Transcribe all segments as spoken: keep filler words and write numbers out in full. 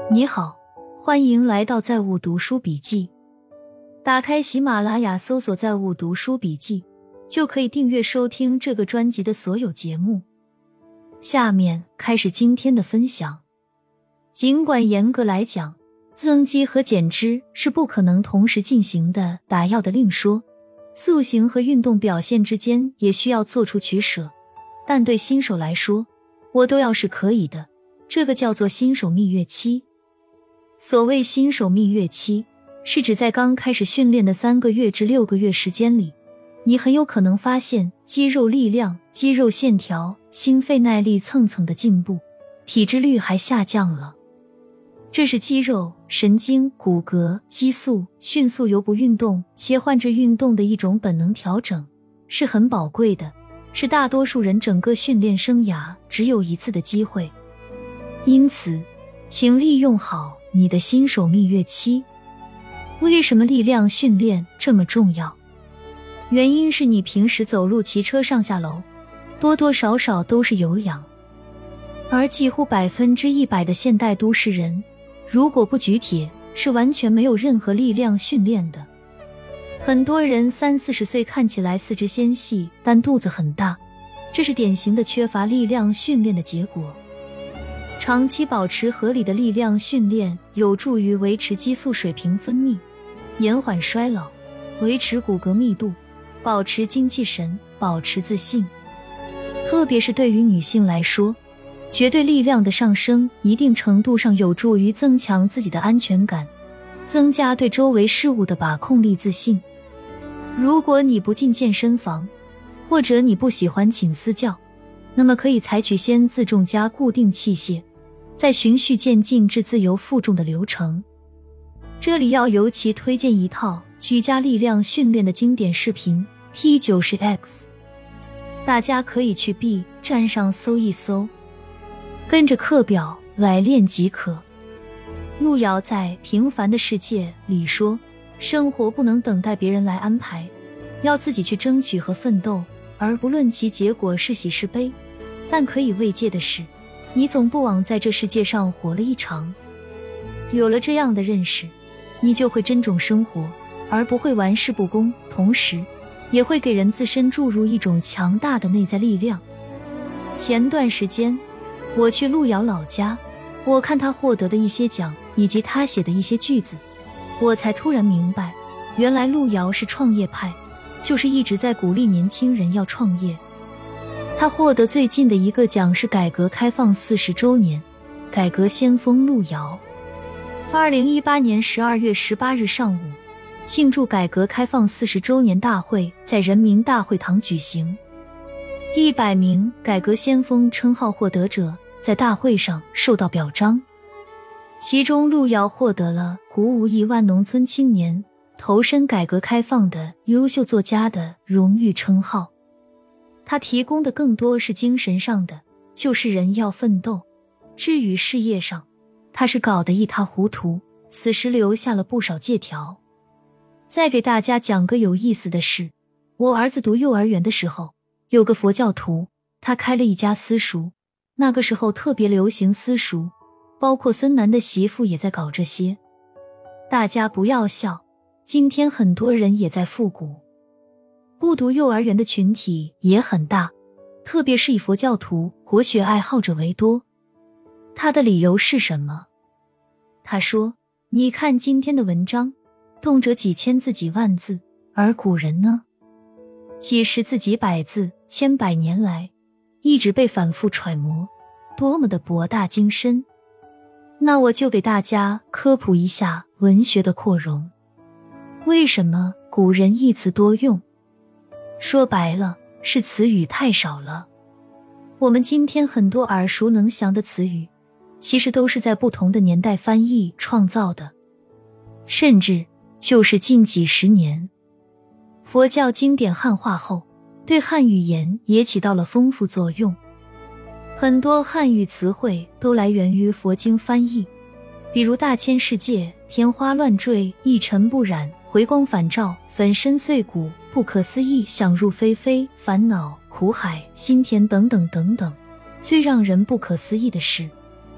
你好，欢迎来到在物读书笔记。打开喜马拉雅搜索在物读书笔记，就可以订阅收听这个专辑的所有节目。下面开始今天的分享。尽管严格来讲，增肌和减脂是不可能同时进行的，打药的另说，塑形和运动表现之间也需要做出取舍，但对新手来说，我都要是可以的。这个叫做新手蜜月期。所谓新手蜜月期，是指在刚开始训练的三个月至六个月时间里，你很有可能发现肌肉力量、肌肉线条、心肺耐力蹭蹭的进步，体脂率还下降了。这是肌肉、神经、骨骼、激素迅速由不运动切换至运动的一种本能调整，是很宝贵的，是大多数人整个训练生涯只有一次的机会。因此，请利用好你的新手蜜月期。为什么力量训练这么重要？原因是你平时走路、骑车、上下楼，多多少少都是有氧。而几乎百分之一百的现代都市人，如果不举铁，是完全没有任何力量训练的。很多人三四十岁看起来四肢纤细，但肚子很大，这是典型的缺乏力量训练的结果。长期保持合理的力量训练，有助于维持激素水平分泌，延缓衰老，维持骨骼密度，保持精气神，保持自信。特别是对于女性来说，绝对力量的上升一定程度上有助于增强自己的安全感，增加对周围事物的把控力、自信。如果你不进健身房，或者你不喜欢请私教，那么可以采取先自重加固定器械，再循序渐进至自由负重的流程。这里要尤其推荐一套居家力量训练的经典视频 P 九十 X， 大家可以去 B 站上搜一搜，跟着课表来练即可。路遥在《平凡的世界》里说，生活不能等待别人来安排，要自己去争取和奋斗，而不论其结果是喜是悲。但可以慰藉的是，你总不枉在这世界上活了一场。有了这样的认识，你就会珍重生活，而不会玩世不恭，同时也会给人自身注入一种强大的内在力量。前段时间我去路遥老家，我看他获得的一些奖以及他写的一些句子，我才突然明白，原来路遥是创业派，就是一直在鼓励年轻人要创业。他获得最近的一个奖是改革开放四十周年，改革先锋路遥。二零一八年十二月十八日上午，庆祝改革开放四十周年大会在人民大会堂举行。一百名改革先锋称号获得者在大会上受到表彰，其中路遥获得了鼓舞亿万农村青年投身改革开放的优秀作家的荣誉称号。他提供的更多是精神上的，就是人要奋斗。至于事业上，他是搞得一塌糊涂，此时留下了不少借条。再给大家讲个有意思的事，我儿子读幼儿园的时候，有个佛教徒，他开了一家私塾，那个时候特别流行私塾，包括孙楠的媳妇也在搞这些。大家不要笑，今天很多人也在复古。不读幼儿园的群体也很大，特别是以佛教徒、国学爱好者为多。他的理由是什么？他说，你看今天的文章，动辄几千字几万字，而古人呢？几十字几百字，千百年来一直被反复揣摩，多么的博大精深。那我就给大家科普一下文学的扩容。为什么古人一词多用？说白了，是词语太少了。我们今天很多耳熟能详的词语，其实都是在不同的年代翻译创造的，甚至就是近几十年。佛教经典汉化后，对汉语言也起到了丰富作用。很多汉语词汇都来源于佛经翻译，比如大千世界、天花乱坠、一尘不染、回光返照、粉身碎骨、不可思议、想入非非、烦恼、苦海、心田等等等等。最让人不可思议的是，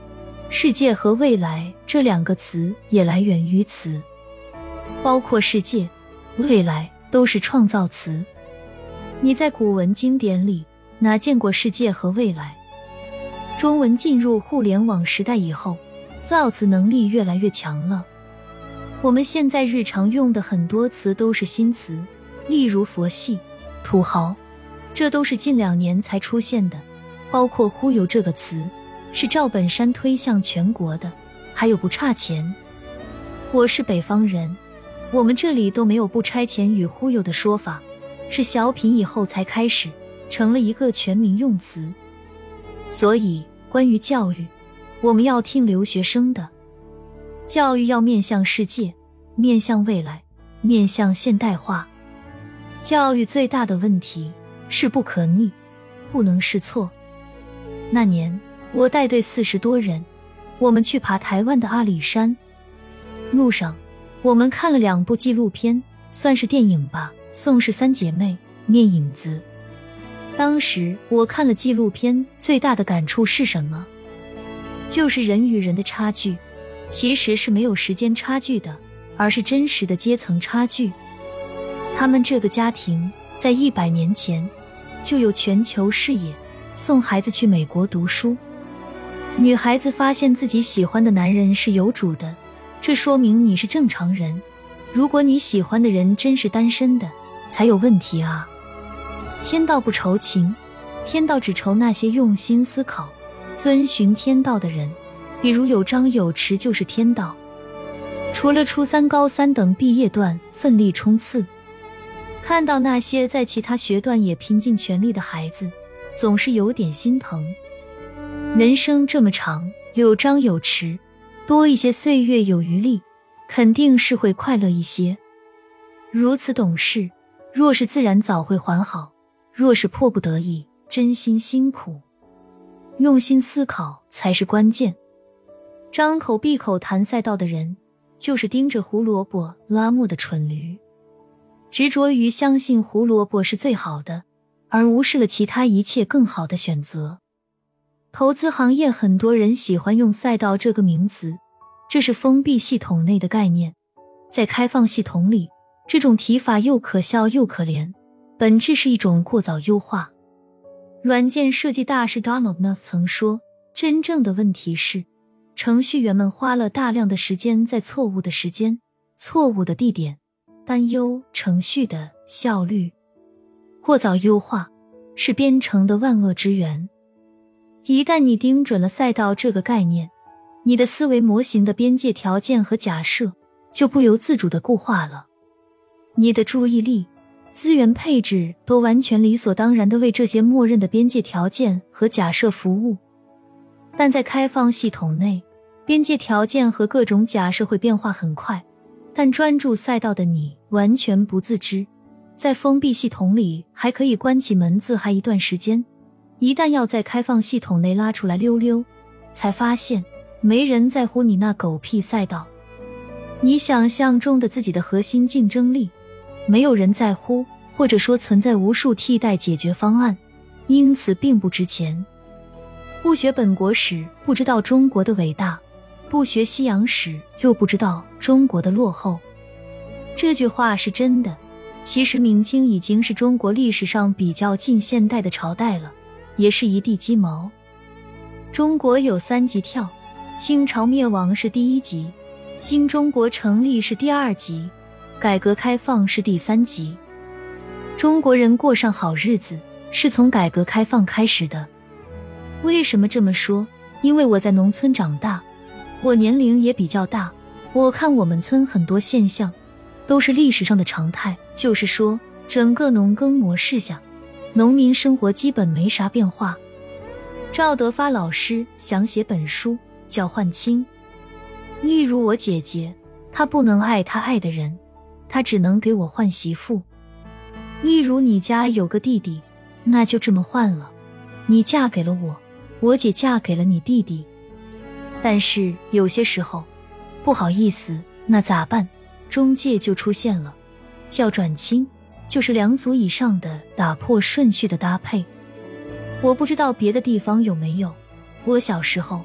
世界和未来这两个词也来源于此，包括世界、未来都是创造词。你在古文经典里哪见过世界和未来？中文进入互联网时代以后，造词能力越来越强了。我们现在日常用的很多词都是新词，例如佛系、土豪，这都是近两年才出现的。包括忽悠这个词，是赵本山推向全国的，还有不差钱。我是北方人，我们这里都没有不差钱与忽悠的说法，是小品以后才开始成了一个全民用词。所以关于教育，我们要听留学生的。教育要面向世界，面向未来，面向现代化。教育最大的问题是不可逆，不能试错。那年我带队四十多人，我们去爬台湾的阿里山。路上我们看了两部纪录片，算是电影吧，宋氏三姐妹、灭影子。当时我看了纪录片，最大的感触是什么？就是人与人的差距其实是没有时间差距的，而是真实的阶层差距。他们这个家庭在一百年前就有全球视野，送孩子去美国读书。女孩子发现自己喜欢的男人是有主的，这说明你是正常人。如果你喜欢的人真是单身的，才有问题啊。天道不愁情，天道只愁那些用心思考、遵循天道的人，比如有张有弛就是天道。除了初三、高三等毕业段奋力冲刺，看到那些在其他学段也拼尽全力的孩子，总是有点心疼。人生这么长，有张有弛，多一些岁月有余力，肯定是会快乐一些。如此懂事，若是自然早会还好，若是迫不得已，真心辛苦。用心思考才是关键。张口闭口谈赛道的人，就是盯着胡萝卜拉磨的蠢驴，执着于相信胡萝卜是最好的，而无视了其他一切更好的选择。投资行业很多人喜欢用赛道这个名词，这是封闭系统内的概念。在开放系统里，这种提法又可笑又可怜，本质是一种过早优化。软件设计大师 Donald Knuth 曾说，真正的问题是程序员们花了大量的时间在错误的时间、错误的地点，担忧程序的效率。过早优化是编程的万恶之源。一旦你盯准了赛道这个概念，你的思维模型的边界条件和假设就不由自主地固化了。你的注意力、资源配置都完全理所当然地为这些默认的边界条件和假设服务。但在开放系统内，边界条件和各种假设会变化很快，但专注赛道的你完全不自知。在封闭系统里还可以关起门自嗨一段时间，一旦要在开放系统内拉出来溜溜，才发现没人在乎你那狗屁赛道。你想象中的自己的核心竞争力，没有人在乎，或者说存在无数替代解决方案，因此并不值钱。不学本国史，不知道中国的伟大；不学西洋史，又不知道中国的落后。这句话是真的。其实明清已经是中国历史上比较近现代的朝代了，也是一地鸡毛。中国有三级跳，清朝灭亡是第一级，新中国成立是第二级，改革开放是第三级。中国人过上好日子是从改革开放开始的。为什么这么说？因为我在农村长大，我年龄也比较大，我看我们村很多现象都是历史上的常态，就是说整个农耕模式下，农民生活基本没啥变化。赵德发老师想写本书叫换亲，例如我姐姐，她不能爱她爱的人，她只能给我换媳妇。例如你家有个弟弟，那就这么换了，你嫁给了我，我姐嫁给了你弟弟。但是有些时候不好意思，那咋办？中介就出现了，叫转亲，就是两组以上的打破顺序的搭配。我不知道别的地方有没有，我小时候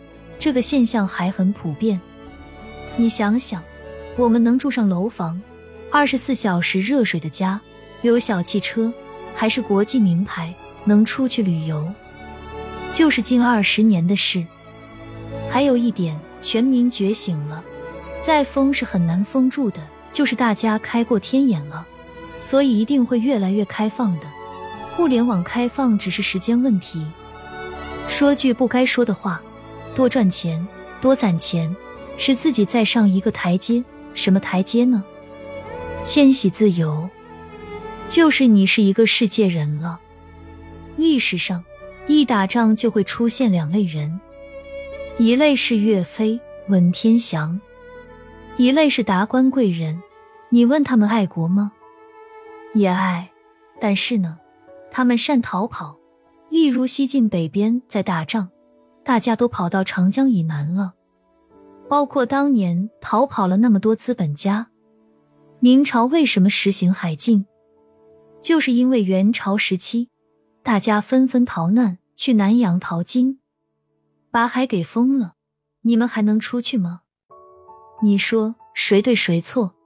这个现象还很普遍。你想想，我们能住上楼房，二十四小时热水的家，有小汽车，还是国际名牌，能出去旅游，就是近二十年的事。还有一点，全民觉醒了，再封是很难封住的，就是大家开过天眼了，所以一定会越来越开放的。互联网开放只是时间问题。说句不该说的话，多赚钱，多攒钱，使自己再上一个台阶。什么台阶呢？迁徙自由，就是你是一个世界人了。历史上一打仗就会出现两类人，一类是岳飞、文天祥，一类是达官贵人。你问他们爱国吗？也爱，但是呢，他们善逃跑。例如西晋北边在打仗，大家都跑到长江以南了，包括当年逃跑了那么多资本家。明朝为什么实行海禁？就是因为元朝时期大家纷纷逃难去南洋淘金，把海给封了，你们还能出去吗？你说谁对谁错？